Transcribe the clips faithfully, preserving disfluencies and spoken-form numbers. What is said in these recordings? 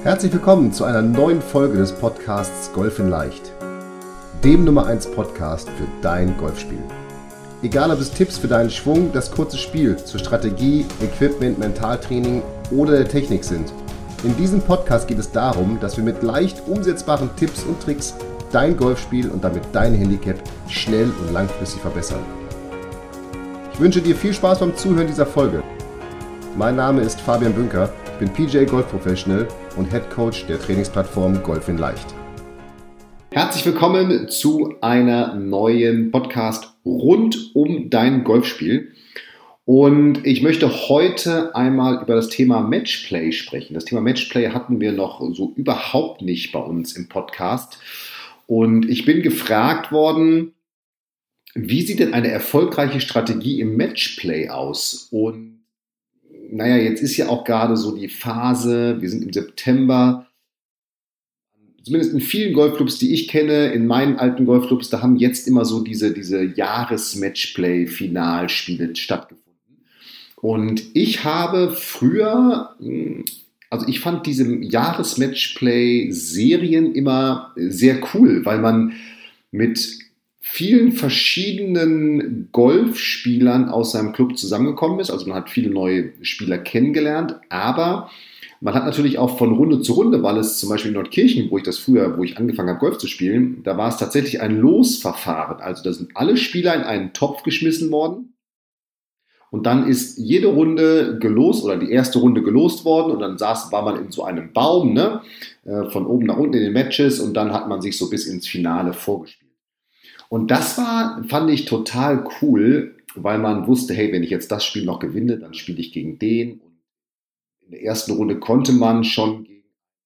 Herzlich willkommen zu einer neuen Folge des Podcasts Golf in Leicht, dem Nummer eins Podcast für dein Golfspiel. Egal ob es Tipps für deinen Schwung, das kurze Spiel, zur Strategie, Equipment, Mentaltraining oder der Technik sind. In diesem Podcast geht es darum, dass wir mit leicht umsetzbaren Tipps und Tricks dein Golfspiel und damit dein Handicap schnell und langfristig verbessern. Ich wünsche dir viel Spaß beim Zuhören dieser Folge. Mein Name ist Fabian Bünker, ich bin P G A Golf Professional und Head Coach der Trainingsplattform Golf in Leicht. Herzlich willkommen zu einer neuen Podcast rund um dein Golfspiel. Und ich möchte heute einmal über das Thema Matchplay sprechen. Das Thema Matchplay hatten wir noch so überhaupt nicht bei uns im Podcast. Und ich bin gefragt worden, wie sieht denn eine erfolgreiche Strategie im Matchplay aus? Und naja, jetzt ist ja auch gerade so die Phase, wir sind im September, zumindest in vielen Golfclubs, die ich kenne, in meinen alten Golfclubs, da haben jetzt immer so diese, diese Jahres-Matchplay-Finalspiele stattgefunden. Und ich habe früher, also ich fand diese Jahres-Matchplay-Serien immer sehr cool, weil man mit vielen verschiedenen Golfspielern aus seinem Club zusammengekommen ist. Also man hat viele neue Spieler kennengelernt, aber man hat natürlich auch von Runde zu Runde, weil es zum Beispiel in Nordkirchen, wo ich das früher, wo ich angefangen habe, Golf zu spielen, da war es tatsächlich ein Losverfahren. Also da sind alle Spieler in einen Topf geschmissen worden und dann ist jede Runde gelost oder die erste Runde gelost worden und dann saß, war man in so einem Baum, ne, von oben nach unten in den Matches und dann hat man sich so bis ins Finale vorgespielt. Und das war, fand ich total cool, weil man wusste, hey, wenn ich jetzt das Spiel noch gewinne, dann spiele ich gegen den. Und in der ersten Runde konnte man schon gegen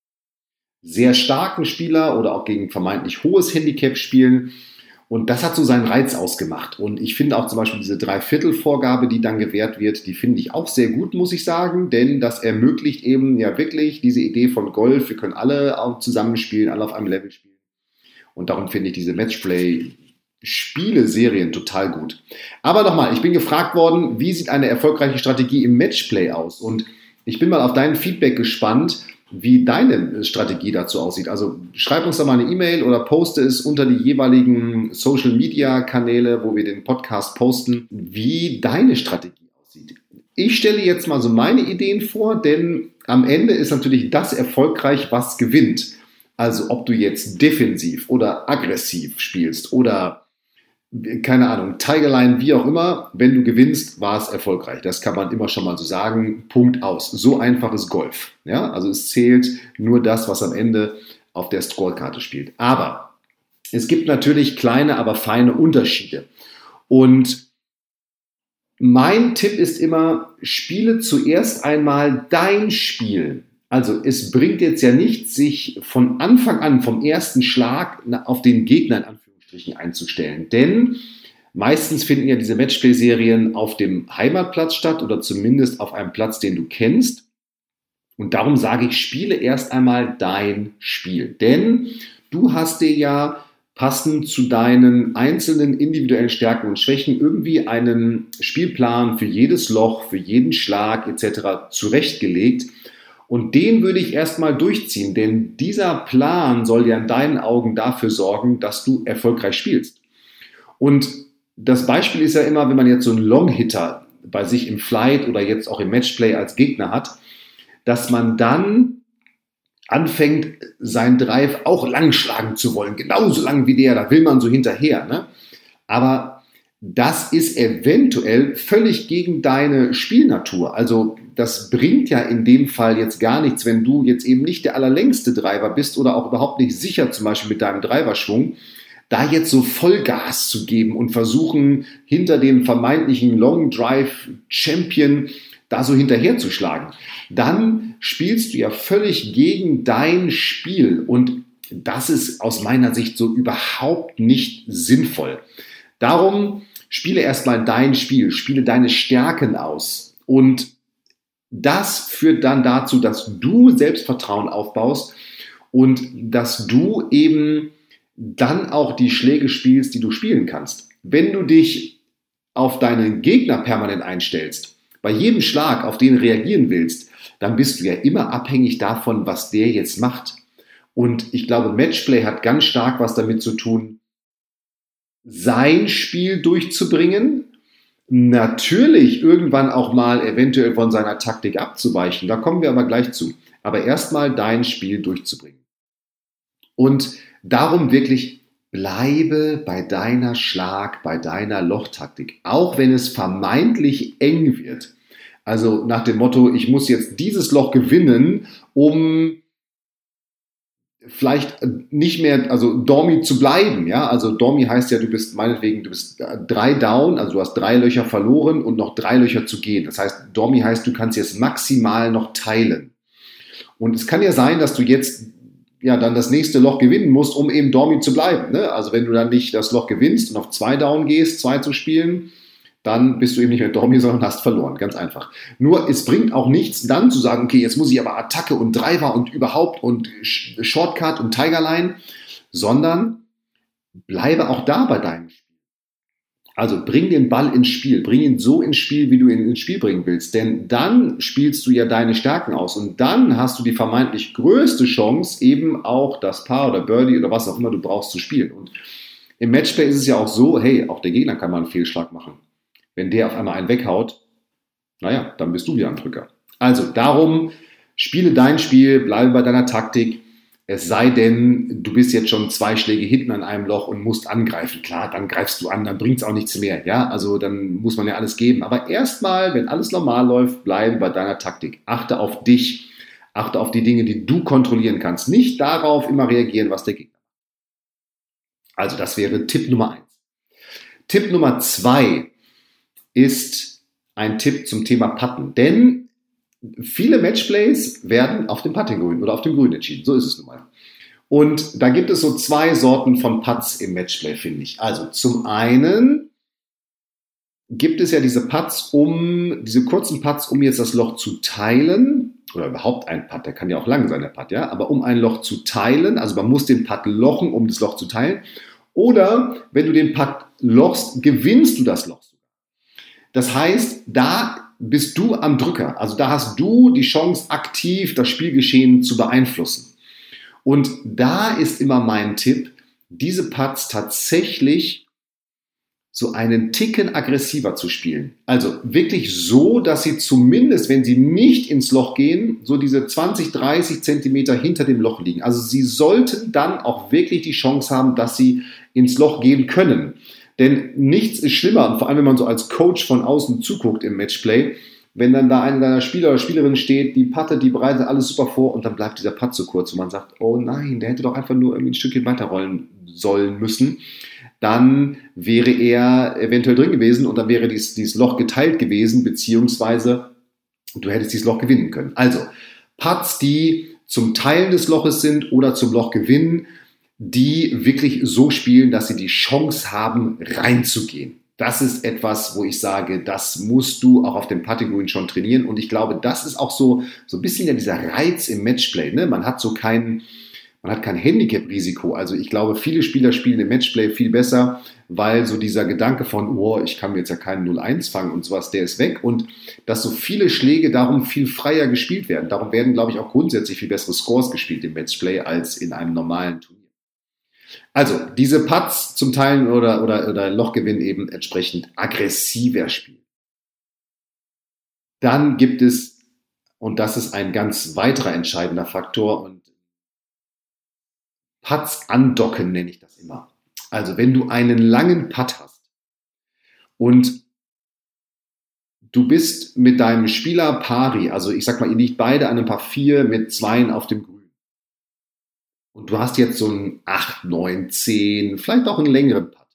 sehr starken Spieler oder auch gegen vermeintlich hohes Handicap spielen. Und das hat so seinen Reiz ausgemacht. Und ich finde auch zum Beispiel diese Dreiviertelvorgabe, die dann gewährt wird, die finde ich auch sehr gut, muss ich sagen. Denn das ermöglicht eben ja wirklich diese Idee von Golf. Wir können alle auch zusammenspielen, alle auf einem Level spielen. Und darum finde ich diese Matchplay Spiele-Serien total gut. Aber nochmal, ich bin gefragt worden, wie sieht eine erfolgreiche Strategie im Matchplay aus? Und ich bin mal auf dein Feedback gespannt, wie deine Strategie dazu aussieht. Also schreib uns doch mal eine E-Mail oder poste es unter die jeweiligen Social-Media-Kanäle, wo wir den Podcast posten, wie deine Strategie aussieht. Ich stelle jetzt mal so meine Ideen vor, denn am Ende ist natürlich das erfolgreich, was gewinnt. Also ob du jetzt defensiv oder aggressiv spielst oder keine Ahnung, Tigerline, wie auch immer, wenn du gewinnst, war es erfolgreich. Das kann man immer schon mal so sagen, Punkt aus. So einfach ist Golf. Ja? Also es zählt nur das, was am Ende auf der Scorekarte spielt. Aber es gibt natürlich kleine, aber feine Unterschiede. Und mein Tipp ist immer, spiele zuerst einmal dein Spiel. Also es bringt jetzt ja nichts, sich von Anfang an, vom ersten Schlag auf den Gegner in Anführungsstrichen einzustellen. Denn meistens finden ja diese Matchplay-Serien auf dem Heimatplatz statt oder zumindest auf einem Platz, den du kennst. Und darum sage ich, spiele erst einmal dein Spiel. Denn du hast dir ja passend zu deinen einzelnen individuellen Stärken und Schwächen irgendwie einen Spielplan für jedes Loch, für jeden Schlag et cetera zurechtgelegt. Und den würde ich erstmal durchziehen, denn dieser Plan soll ja in deinen Augen dafür sorgen, dass du erfolgreich spielst. Und das Beispiel ist ja immer, wenn man jetzt so einen Longhitter bei sich im Flight oder jetzt auch im Matchplay als Gegner hat, dass man dann anfängt, seinen Drive auch lang schlagen zu wollen, genauso lang wie der, da will man so hinterher, ne? Aber das ist eventuell völlig gegen deine Spielnatur. Also das bringt ja in dem Fall jetzt gar nichts, wenn du jetzt eben nicht der allerlängste Driver bist oder auch überhaupt nicht sicher zum Beispiel mit deinem Driverschwung, da jetzt so Vollgas zu geben und versuchen, hinter dem vermeintlichen Long Drive Champion da so hinterher zu schlagen. Dann spielst du ja völlig gegen dein Spiel und das ist aus meiner Sicht so überhaupt nicht sinnvoll. Darum spiele erstmal dein Spiel, spiele deine Stärken aus und das führt dann dazu, dass du Selbstvertrauen aufbaust und dass du eben dann auch die Schläge spielst, die du spielen kannst. Wenn du dich auf deinen Gegner permanent einstellst, bei jedem Schlag auf den reagieren willst, dann bist du ja immer abhängig davon, was der jetzt macht. Und ich glaube, Matchplay hat ganz stark was damit zu tun, sein Spiel durchzubringen, natürlich irgendwann auch mal eventuell von seiner Taktik abzuweichen. Da kommen wir aber gleich zu. Aber erstmal dein Spiel durchzubringen. Und darum wirklich bleibe bei deiner Schlag, bei deiner Lochtaktik. Auch wenn es vermeintlich eng wird. Also nach dem Motto, ich muss jetzt dieses Loch gewinnen, um vielleicht nicht mehr, also Dormi zu bleiben, ja, also Dormi heißt ja, du bist meinetwegen, du bist drei down, also du hast drei Löcher verloren und noch drei Löcher zu gehen. Das heißt, Dormi heißt, du kannst jetzt maximal noch teilen. Und es kann ja sein, dass du jetzt ja dann das nächste Loch gewinnen musst, um eben Dormi zu bleiben, ne? Also wenn du dann nicht das Loch gewinnst und auf zwei down gehst, zwei zu spielen, dann bist du eben nicht mehr Dormi, sondern hast verloren. Ganz einfach. Nur es bringt auch nichts, dann zu sagen, okay, jetzt muss ich aber Attacke und Driver und überhaupt und Shortcut und Tigerline, sondern bleibe auch da bei deinem Spiel. Also bring den Ball ins Spiel, bring ihn so ins Spiel, wie du ihn ins Spiel bringen willst. Denn dann spielst du ja deine Stärken aus und dann hast du die vermeintlich größte Chance, eben auch das Paar oder Birdie oder was auch immer du brauchst zu spielen. Und im Matchplay ist es ja auch so, hey, auch der Gegner kann mal einen Fehlschlag machen. Wenn der auf einmal einen weghaut, naja, dann bist du wieder am Drücker. Also darum, spiele dein Spiel, bleibe bei deiner Taktik. Es sei denn, du bist jetzt schon zwei Schläge hinten an einem Loch und musst angreifen. Klar, dann greifst du an, dann bringt es auch nichts mehr. Ja, also dann muss man ja alles geben. Aber erstmal, wenn alles normal läuft, bleibe bei deiner Taktik. Achte auf dich, achte auf die Dinge, die du kontrollieren kannst. Nicht darauf immer reagieren, was der Gegner macht. Also das wäre Tipp Nummer eins. Tipp Nummer zwei ist ein Tipp zum Thema Putten. Denn viele Matchplays werden auf dem Putting-Grün oder auf dem Grün entschieden. So ist es nun mal. Und da gibt es so zwei Sorten von Putts im Matchplay, finde ich. Also zum einen gibt es ja diese Putts, um, diese kurzen Putts, um jetzt das Loch zu teilen. Oder überhaupt ein Putt, der kann ja auch lang sein, der Putt, ja. Aber um ein Loch zu teilen, also man muss den Putt lochen, um das Loch zu teilen. Oder wenn du den Putt lochst, gewinnst du das Loch. Das heißt, da bist du am Drücker. Also da hast du die Chance, aktiv das Spielgeschehen zu beeinflussen. Und da ist immer mein Tipp, diese Putts tatsächlich so einen Ticken aggressiver zu spielen. Also wirklich so, dass sie zumindest, wenn sie nicht ins Loch gehen, so diese zwanzig, dreißig Zentimeter hinter dem Loch liegen. Also sie sollten dann auch wirklich die Chance haben, dass sie ins Loch gehen können. Denn nichts ist schlimmer, und vor allem, wenn man so als Coach von außen zuguckt im Matchplay, wenn dann da einer deiner Spieler oder Spielerin steht, die puttet, die bereitet alles super vor und dann bleibt dieser Putt zu kurz und man sagt, oh nein, der hätte doch einfach nur irgendwie ein Stückchen weiterrollen sollen müssen, dann wäre er eventuell drin gewesen und dann wäre dieses, dieses Loch geteilt gewesen, beziehungsweise du hättest dieses Loch gewinnen können. Also Putts, die zum Teilen des Loches sind oder zum Loch gewinnen, die wirklich so spielen, dass sie die Chance haben, reinzugehen. Das ist etwas, wo ich sage, das musst du auch auf dem Putting Green schon trainieren. Und ich glaube, das ist auch so, so ein bisschen ja dieser Reiz im Matchplay. Ne? Man hat so kein, man hat kein Handicap-Risiko. Also ich glaube, viele Spieler spielen im Matchplay viel besser, weil so dieser Gedanke von, oh, ich kann mir jetzt ja keinen null eins fangen und sowas, der ist weg. Und dass so viele Schläge darum viel freier gespielt werden. Darum werden, glaube ich, auch grundsätzlich viel bessere Scores gespielt im Matchplay als in einem normalen Turnier. Also, diese Putts zum Teilen oder, oder, oder Lochgewinn eben entsprechend aggressiver spielen. Dann gibt es, und das ist ein ganz weiterer entscheidender Faktor, und Putts andocken nenne ich das immer. Also, wenn du einen langen Putt hast und du bist mit deinem Spieler pari, also ich sag mal, ihr liegt beide an einem Par vier mit Zweien auf dem Grün. Und du hast jetzt so einen acht, neun, zehn, vielleicht auch einen längeren Putt.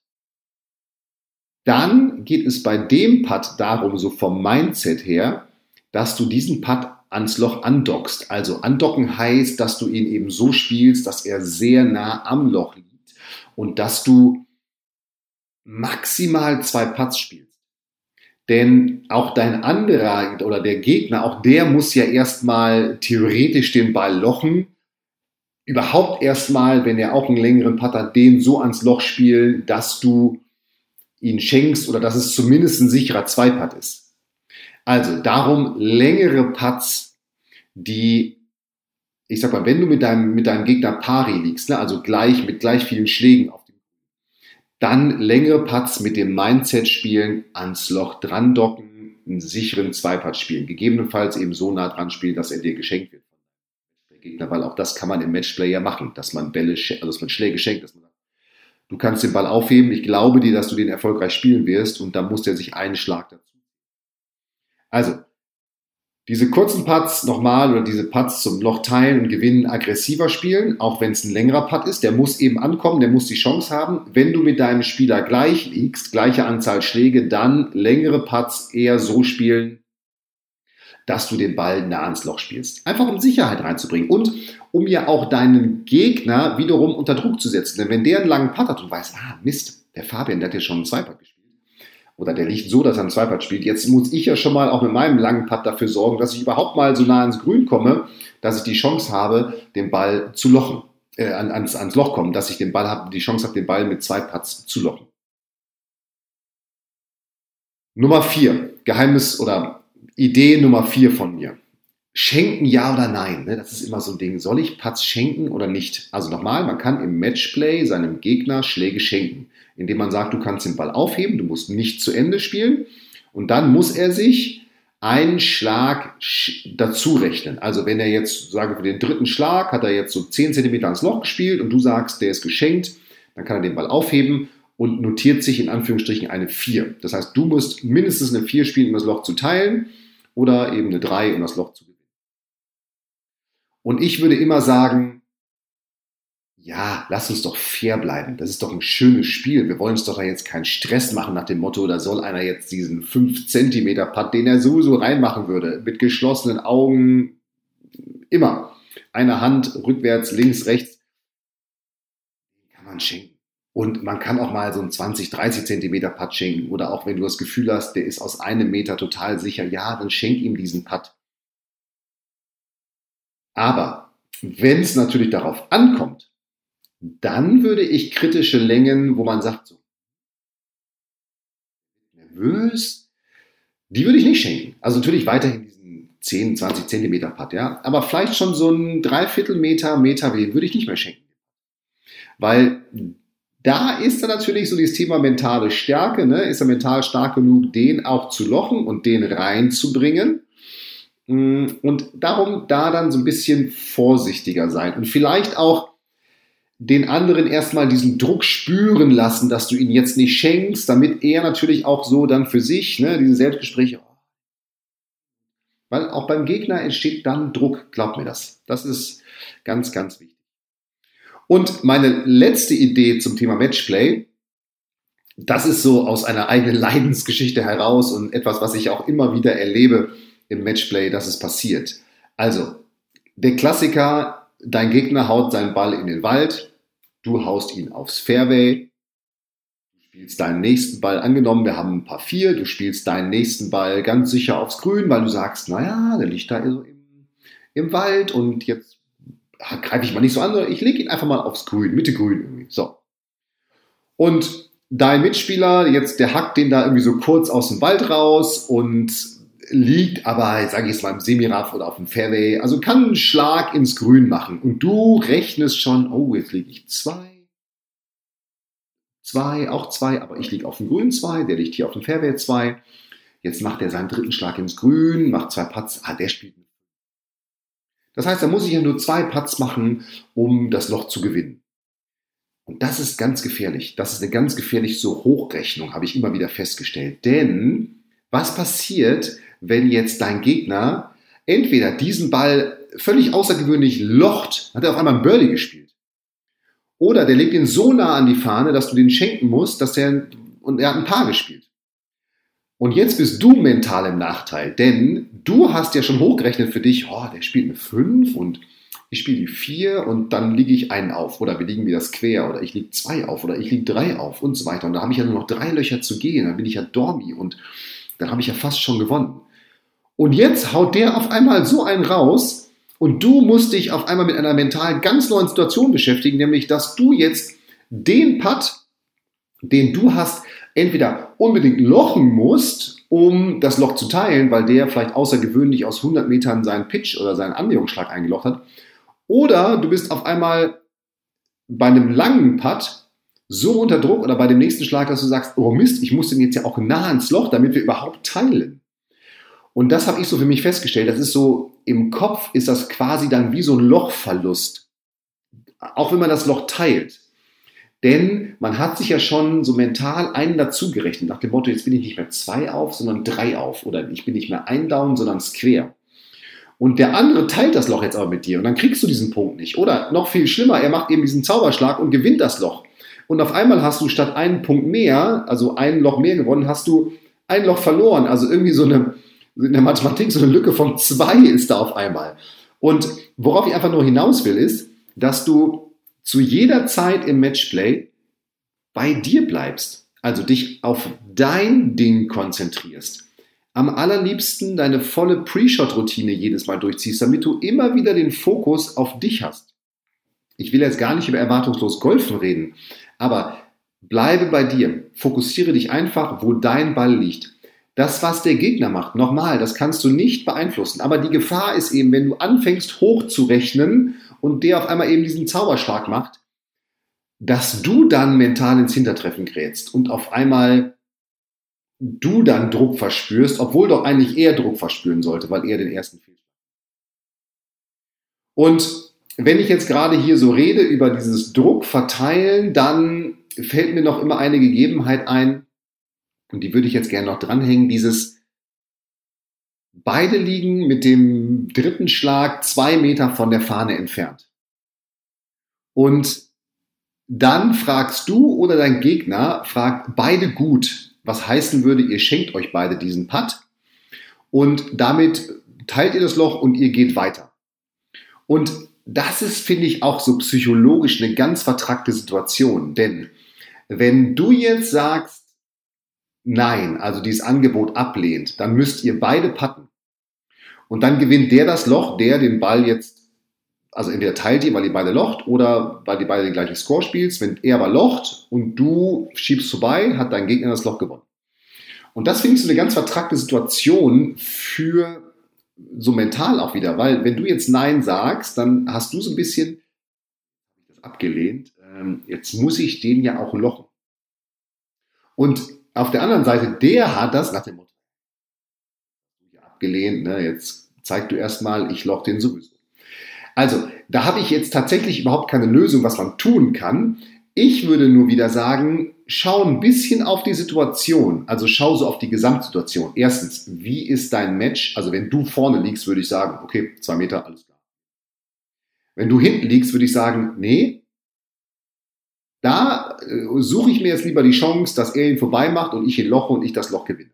Dann geht es bei dem Putt darum, so vom Mindset her, dass du diesen Putt ans Loch andockst. Also andocken heißt, dass du ihn eben so spielst, dass er sehr nah am Loch liegt und dass du maximal zwei Putts spielst. Denn auch dein anderer oder der Gegner, auch der muss ja erstmal theoretisch den Ball lochen, überhaupt erstmal, wenn er auch einen längeren Putt hat, den so ans Loch spielen, dass du ihn schenkst oder dass es zumindest ein sicherer Zwei-Putt ist. Also darum längere Putts die, ich sag mal, wenn du mit deinem, mit deinem Gegner pari liegst, ne, also gleich mit gleich vielen Schlägen auf dem, dann längere Putts mit dem Mindset spielen, ans Loch dran docken, einen sicheren Zwei-Putt spielen, gegebenenfalls eben so nah dran spielen, dass er dir geschenkt wird. Der Gegner, weil auch das kann man im Matchplay ja machen, dass man Bälle, also dass man Schläge schenkt, dass man sagt, du kannst den Ball aufheben, ich glaube dir, dass du den erfolgreich spielen wirst und dann muss er sich einen Schlag dazu. Also, diese kurzen Putts nochmal oder diese Putts zum Loch teilen und gewinnen aggressiver spielen, auch wenn es ein längerer Putt ist, der muss eben ankommen, der muss die Chance haben. Wenn du mit deinem Spieler gleich liegst, gleiche Anzahl Schläge, dann längere Putts eher so spielen, dass du den Ball nah ans Loch spielst. Einfach um Sicherheit reinzubringen und um ja auch deinen Gegner wiederum unter Druck zu setzen. Denn wenn der einen langen Putt hat und weiß, ah Mist, der Fabian, der hat ja schon einen Zwei-Putt gespielt. Oder der liegt so, dass er einen Zwei-Putt spielt. Jetzt muss ich ja schon mal auch mit meinem langen Putt dafür sorgen, dass ich überhaupt mal so nah ans Grün komme, dass ich die Chance habe, den Ball zu lochen, äh, ans, ans Loch kommen, dass ich den Ball habe, die Chance habe, den Ball mit zwei Putts zu lochen. Nummer vier, Geheimnis oder Idee Nummer vier von mir. Schenken ja oder nein? Ne? Das ist immer so ein Ding. Soll ich Putts schenken oder nicht? Also nochmal, man kann im Matchplay seinem Gegner Schläge schenken, indem man sagt, du kannst den Ball aufheben, du musst nicht zu Ende spielen und dann muss er sich einen Schlag dazu rechnen. Also wenn er jetzt, sage für den dritten Schlag, hat er jetzt so zehn Zentimeter ans Loch gespielt und du sagst, der ist geschenkt, dann kann er den Ball aufheben und notiert sich in Anführungsstrichen eine vier. Das heißt, du musst mindestens eine vier spielen, um das Loch zu teilen oder eben eine drei, um das Loch zu gewinnen. Und ich würde immer sagen, ja, lass uns doch fair bleiben. Das ist doch ein schönes Spiel. Wir wollen uns doch da jetzt keinen Stress machen nach dem Motto, da soll einer jetzt diesen fünf Zentimeter Putt, den er sowieso reinmachen würde, mit geschlossenen Augen, immer. Eine Hand, rückwärts, links, rechts, kann man schenken. Und man kann auch mal so einen zwanzig, dreißig Zentimeter Putt schenken. Oder auch wenn du das Gefühl hast, der ist aus einem Meter total sicher, ja, dann schenk ihm diesen Putt. Aber wenn es natürlich darauf ankommt, dann würde ich kritische Längen, wo man sagt, so nervös, die würde ich nicht schenken. Also natürlich weiterhin diesen zehn, zwanzig Zentimeter Putt, ja, aber vielleicht schon so einen Dreiviertelmeter, Meter, den würde ich nicht mehr schenken. Weil da ist dann natürlich so dieses Thema mentale Stärke, ne? Ist er mental stark genug, den auch zu lochen und den reinzubringen? Und darum da dann so ein bisschen vorsichtiger sein und vielleicht auch den anderen erstmal diesen Druck spüren lassen, dass du ihn jetzt nicht schenkst, damit er natürlich auch so dann für sich, ne, diese Selbstgespräche, weil auch beim Gegner entsteht dann Druck, glaub mir das. Das ist ganz, ganz wichtig. Und meine letzte Idee zum Thema Matchplay, das ist so aus einer eigenen Leidensgeschichte heraus und etwas, was ich auch immer wieder erlebe im Matchplay, dass es passiert. Also, der Klassiker, dein Gegner haut seinen Ball in den Wald, du haust ihn aufs Fairway, du spielst deinen nächsten Ball, angenommen, wir haben ein Paar vier, du spielst deinen nächsten Ball ganz sicher aufs Grün, weil du sagst, naja, der liegt da so im, im Wald und jetzt greife ich mal nicht so an, ich lege ihn einfach mal aufs Grün, Mitte Grün irgendwie. So. Und dein Mitspieler, jetzt der hackt den da irgendwie so kurz aus dem Wald raus und liegt aber, jetzt sage ich es mal, im Semiraff oder auf dem Fairway, also kann einen Schlag ins Grün machen. Und du rechnest schon, oh, jetzt liege ich zwei, zwei, auch zwei, aber ich liege auf dem Grün zwei, der liegt hier auf dem Fairway zwei. Jetzt macht er seinen dritten Schlag ins Grün, macht zwei Putts, ah, der spielt. Das heißt, da muss ich ja nur zwei Putts machen, um das Loch zu gewinnen. Und das ist ganz gefährlich. Das ist eine ganz gefährliche so Hochrechnung, habe ich immer wieder festgestellt. Denn was passiert, wenn jetzt dein Gegner entweder diesen Ball völlig außergewöhnlich locht, hat er auf einmal ein Birdie gespielt. Oder der legt ihn so nah an die Fahne, dass du den schenken musst, dass der, und er hat ein Paar gespielt. Und jetzt bist du mental im Nachteil, denn du hast ja schon hochgerechnet für dich, oh, der spielt eine fünf und ich spiele die vier und dann liege ich einen auf oder wir liegen wieder das quer oder ich liege zwei auf oder ich liege drei auf und so weiter. Und da habe ich ja nur noch drei Löcher zu gehen, dann bin ich ja Dormi und dann habe ich ja fast schon gewonnen. Und jetzt haut der auf einmal so einen raus und du musst dich auf einmal mit einer mental ganz neuen Situation beschäftigen, nämlich dass du jetzt den Putt, den du hast, entweder unbedingt lochen musst um das Loch zu teilen, weil der vielleicht außergewöhnlich aus hundert Metern seinen Pitch oder seinen Annäherungsschlag eingelocht hat. Oder du bist auf einmal bei einem langen Putt so unter Druck oder bei dem nächsten Schlag, dass du sagst, oh Mist, ich muss den jetzt ja auch nah ins Loch, damit wir überhaupt teilen. Und das habe ich so für mich festgestellt. Das ist so, im Kopf ist das quasi dann wie so ein Lochverlust. Auch wenn man das Loch teilt. Denn man hat sich ja schon so mental einen dazugerechnet, nach dem Motto, jetzt bin ich nicht mehr zwei auf, sondern drei auf. Oder ich bin nicht mehr ein Down, sondern Square. Und der andere teilt das Loch jetzt aber mit dir und dann kriegst du diesen Punkt nicht. Oder noch viel schlimmer, er macht eben diesen Zauberschlag und gewinnt das Loch. Und auf einmal hast du statt einen Punkt mehr, also ein Loch mehr gewonnen, hast du ein Loch verloren. Also irgendwie so eine, in der Mathematik so eine Lücke von zwei ist da auf einmal. Und worauf ich einfach nur hinaus will, ist, dass du zu jeder Zeit im Matchplay bei dir bleibst. Also dich auf dein Ding konzentrierst. Am allerliebsten deine volle Pre-Shot-Routine jedes Mal durchziehst, damit du immer wieder den Fokus auf dich hast. Ich will jetzt gar nicht über erwartungslos Golfen reden, aber bleibe bei dir. Fokussiere dich einfach, wo dein Ball liegt. Das, was der Gegner macht, nochmal, das kannst du nicht beeinflussen. Aber die Gefahr ist eben, wenn du anfängst hochzurechnen und der auf einmal eben diesen Zauberschlag macht, dass du dann mental ins Hintertreffen gerätst und auf einmal du dann Druck verspürst, obwohl doch eigentlich er Druck verspüren sollte, weil er den ersten Fehlschlag. Und wenn ich jetzt gerade hier so rede über dieses Druck verteilen, dann fällt mir noch immer eine Gegebenheit ein, und die würde ich jetzt gerne noch dranhängen, dieses beide liegen mit dem dritten Schlag zwei Meter von der Fahne entfernt. Und dann fragst du oder dein Gegner, fragt beide gut, was heißen würde, ihr schenkt euch beide diesen Putt und damit teilt ihr das Loch und ihr geht weiter. Und das ist, finde ich, auch so psychologisch eine ganz vertrackte Situation, denn wenn du jetzt sagst, nein, also dieses Angebot ablehnt, dann müsst ihr beide putten. Und dann gewinnt der das Loch, der den Ball jetzt, also entweder teilt ihr, weil ihr beide locht, oder weil ihr beide den gleichen Score spielt. Wenn er aber locht und du schiebst vorbei, hat dein Gegner das Loch gewonnen. Und das finde ich so eine ganz vertrackte Situation für so mental auch wieder, weil wenn du jetzt Nein sagst, dann hast du so ein bisschen das abgelehnt. Ähm, jetzt muss ich den ja auch lochen. Und auf der anderen Seite, der hat das nach dem Motto abgelehnt, ne? Jetzt zeig du erstmal, ich loch den sowieso. Also, da habe ich jetzt tatsächlich überhaupt keine Lösung, was man tun kann. Ich würde nur wieder sagen, schau ein bisschen auf die Situation, also schau so auf die Gesamtsituation. Erstens, wie ist dein Match? Also wenn du vorne liegst, würde ich sagen, okay, zwei Meter, alles klar. Wenn du hinten liegst, würde ich sagen, nee, da äh, suche ich mir jetzt lieber die Chance, dass er ihn vorbei macht und ich ihn loche und ich das Loch gewinne.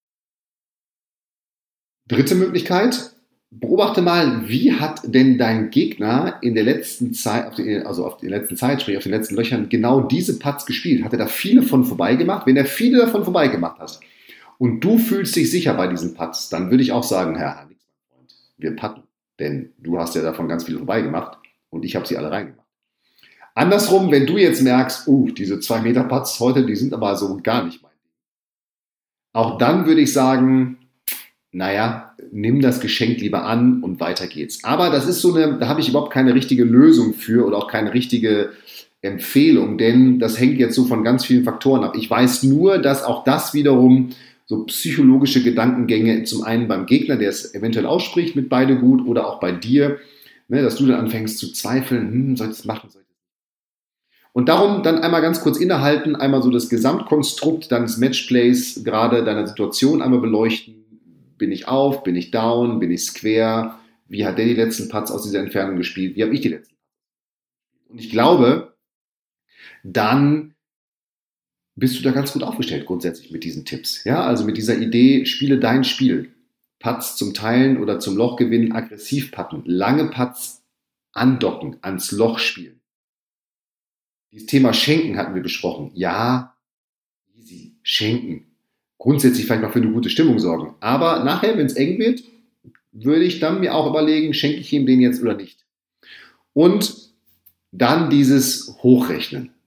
Dritte Möglichkeit, beobachte mal, wie hat denn dein Gegner in der letzten Zeit, auf die, also auf der letzten Zeit, sprich auf den letzten Löchern, genau diese Putts gespielt? Hat er da viele von vorbei gemacht? Wenn er viele davon vorbei gemacht hat und du fühlst dich sicher bei diesen Putts, dann würde ich auch sagen, Herr Hanix, mein Freund, wir putten, denn du hast ja davon ganz viele vorbei gemacht und ich habe sie alle reingemacht. Andersrum, wenn du jetzt merkst, uh, diese zwei Meter Putts heute, die sind aber so gar nicht mein Ding. Auch dann würde ich sagen, naja, nimm das Geschenk lieber an und weiter geht's. Aber das ist so eine, da habe ich überhaupt keine richtige Lösung für oder auch keine richtige Empfehlung, denn das hängt jetzt so von ganz vielen Faktoren ab. Ich weiß nur, dass auch das wiederum so psychologische Gedankengänge zum einen beim Gegner, der es eventuell ausspricht, mit beide gut oder auch bei dir, ne, dass du dann anfängst zu zweifeln, hm, soll ich das machen, soll ich das machen? Und darum dann einmal ganz kurz innehalten, einmal so das Gesamtkonstrukt deines Matchplays, gerade deiner Situation einmal beleuchten. Bin ich auf, bin ich down, bin ich square? Wie hat der die letzten Putts aus dieser Entfernung gespielt? Wie habe ich die letzten Putts? Und ich glaube, dann bist du da ganz gut aufgestellt grundsätzlich mit diesen Tipps. Ja, also mit dieser Idee, spiele dein Spiel. Putts zum Teilen oder zum Loch gewinnen, aggressiv putten, lange Putts andocken, ans Loch spielen. Dieses Thema Schenken hatten wir besprochen. Ja, easy, schenken. Grundsätzlich vielleicht mal für eine gute Stimmung sorgen. Aber nachher, wenn es eng wird, würde ich dann mir auch überlegen, schenke ich ihm den jetzt oder nicht. Und dann dieses Hochrechnen.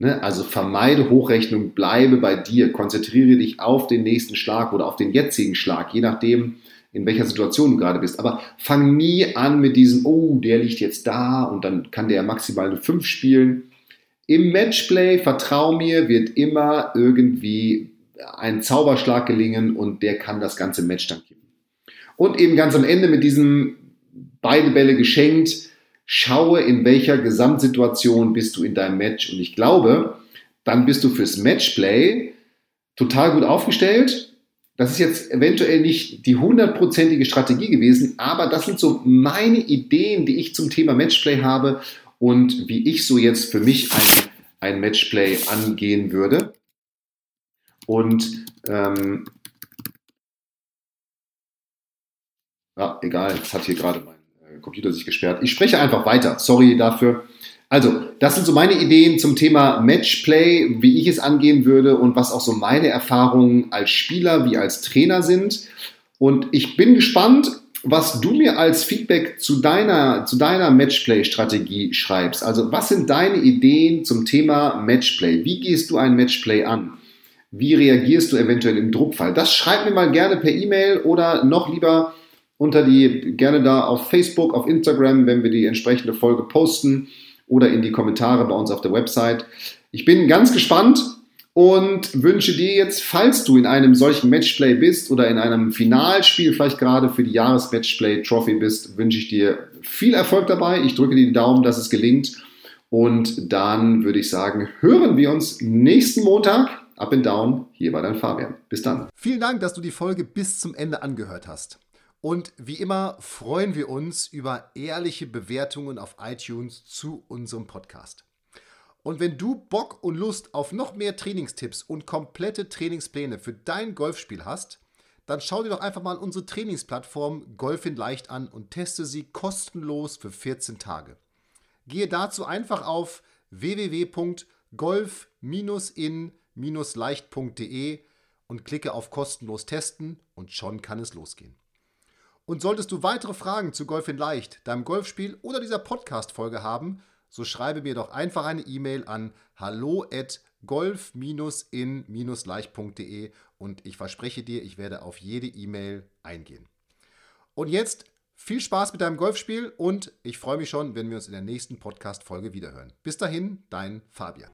Ne? Also vermeide Hochrechnung, bleibe bei dir, konzentriere dich auf den nächsten Schlag oder auf den jetzigen Schlag, je nachdem, in welcher Situation du gerade bist. Aber fang nie an mit diesem, oh, der liegt jetzt da und dann kann der maximal eine fünf spielen. Im Matchplay, vertrau mir, wird immer irgendwie ein Zauberschlag gelingen und der kann das ganze Match dann kippen. Und eben ganz am Ende mit diesem beide Bälle geschenkt, schaue, in welcher Gesamtsituation bist du in deinem Match. Und ich glaube, dann bist du fürs Matchplay total gut aufgestellt. Das ist jetzt eventuell nicht die hundertprozentige Strategie gewesen, aber das sind so meine Ideen, die ich zum Thema Matchplay habe und wie ich so jetzt für mich ein, ein Matchplay angehen würde. Und ähm, ja, egal, jetzt hat hier gerade mein Computer sich gesperrt. Ich spreche einfach weiter. Sorry dafür. Also, das sind so meine Ideen zum Thema Matchplay, wie ich es angehen würde und was auch so meine Erfahrungen als Spieler wie als Trainer sind. Und ich bin gespannt, was du mir als Feedback zu deiner, zu deiner Matchplay-Strategie schreibst. Also, was sind deine Ideen zum Thema Matchplay? Wie gehst du ein Matchplay an? Wie reagierst du eventuell im Druckfall? Das schreib mir mal gerne per E-Mail oder noch lieber unter die, gerne da auf Facebook, auf Instagram, wenn wir die entsprechende Folge posten oder in die Kommentare bei uns auf der Website. Ich bin ganz gespannt und wünsche dir jetzt, falls du in einem solchen Matchplay bist oder in einem Finalspiel vielleicht gerade für die Jahres-Matchplay-Trophy bist, wünsche ich dir viel Erfolg dabei. Ich drücke dir die Daumen, dass es gelingt. Und dann würde ich sagen, hören wir uns nächsten Montag. Up and Down, hier war dein Fabian. Bis dann. Vielen Dank, dass du die Folge bis zum Ende angehört hast. Und wie immer freuen wir uns über ehrliche Bewertungen auf iTunes zu unserem Podcast. Und wenn du Bock und Lust auf noch mehr Trainingstipps und komplette Trainingspläne für dein Golfspiel hast, dann schau dir doch einfach mal unsere Trainingsplattform Golf in Leicht an und teste sie kostenlos für vierzehn Tage. Gehe dazu einfach auf w w w punkt golf in leicht punkt de und klicke auf kostenlos testen und schon kann es losgehen. Und solltest du weitere Fragen zu Golf in Leicht, deinem Golfspiel oder dieser Podcast-Folge haben, so schreibe mir doch einfach eine E-Mail an hallo at golf in leicht punkt de und ich verspreche dir, ich werde auf jede E-Mail eingehen. Und jetzt viel Spaß mit deinem Golfspiel und ich freue mich schon, wenn wir uns in der nächsten Podcast-Folge wiederhören. Bis dahin, dein Fabian.